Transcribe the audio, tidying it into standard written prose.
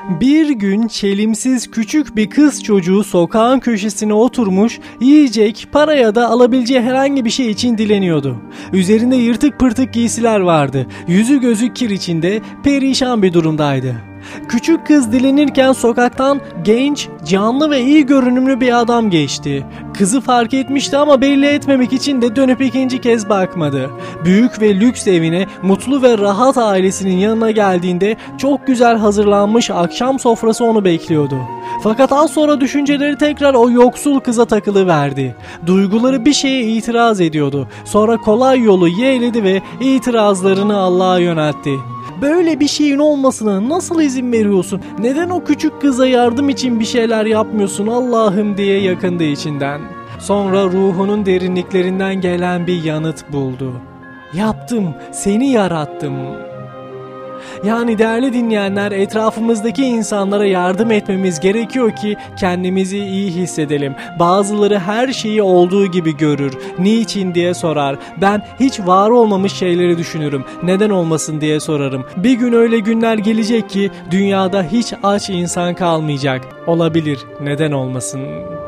Bir gün çelimsiz küçük bir kız çocuğu sokağın köşesine oturmuş, yiyecek, para ya da alabileceği herhangi bir şey için dileniyordu. Üzerinde yırtık pırtık giysiler vardı. Yüzü gözü kir içinde, perişan bir durumdaydı. Küçük kız dilenirken sokaktan genç, canlı ve iyi görünümlü bir adam geçti. Kızı fark etmişti ama belli etmemek için de dönüp ikinci kez bakmadı. Büyük ve lüks evine, mutlu ve rahat ailesinin yanına geldiğinde çok güzel hazırlanmış akşam sofrası onu bekliyordu. Fakat az sonra düşünceleri tekrar o yoksul kıza takılıverdi. Duyguları bir şeye itiraz ediyordu. Sonra kolay yolu yeğledi ve itirazlarını Allah'a yöneltti. Böyle bir şeyin olmasına nasıl izin veriyorsun? Neden o küçük kıza yardım için bir şeyler yapmıyorsun Allah'ım diye yakındı içinden. Sonra ruhunun derinliklerinden gelen bir yanıt buldu. Yaptım, seni yarattım. Yani değerli dinleyenler, etrafımızdaki insanlara yardım etmemiz gerekiyor ki kendimizi iyi hissedelim. Bazıları her şeyi olduğu gibi görür. Niçin diye sorar. Ben hiç var olmamış şeyleri düşünürüm. Neden olmasın diye sorarım. Bir gün öyle günler gelecek ki dünyada hiç aç insan kalmayacak. Olabilir, neden olmasın?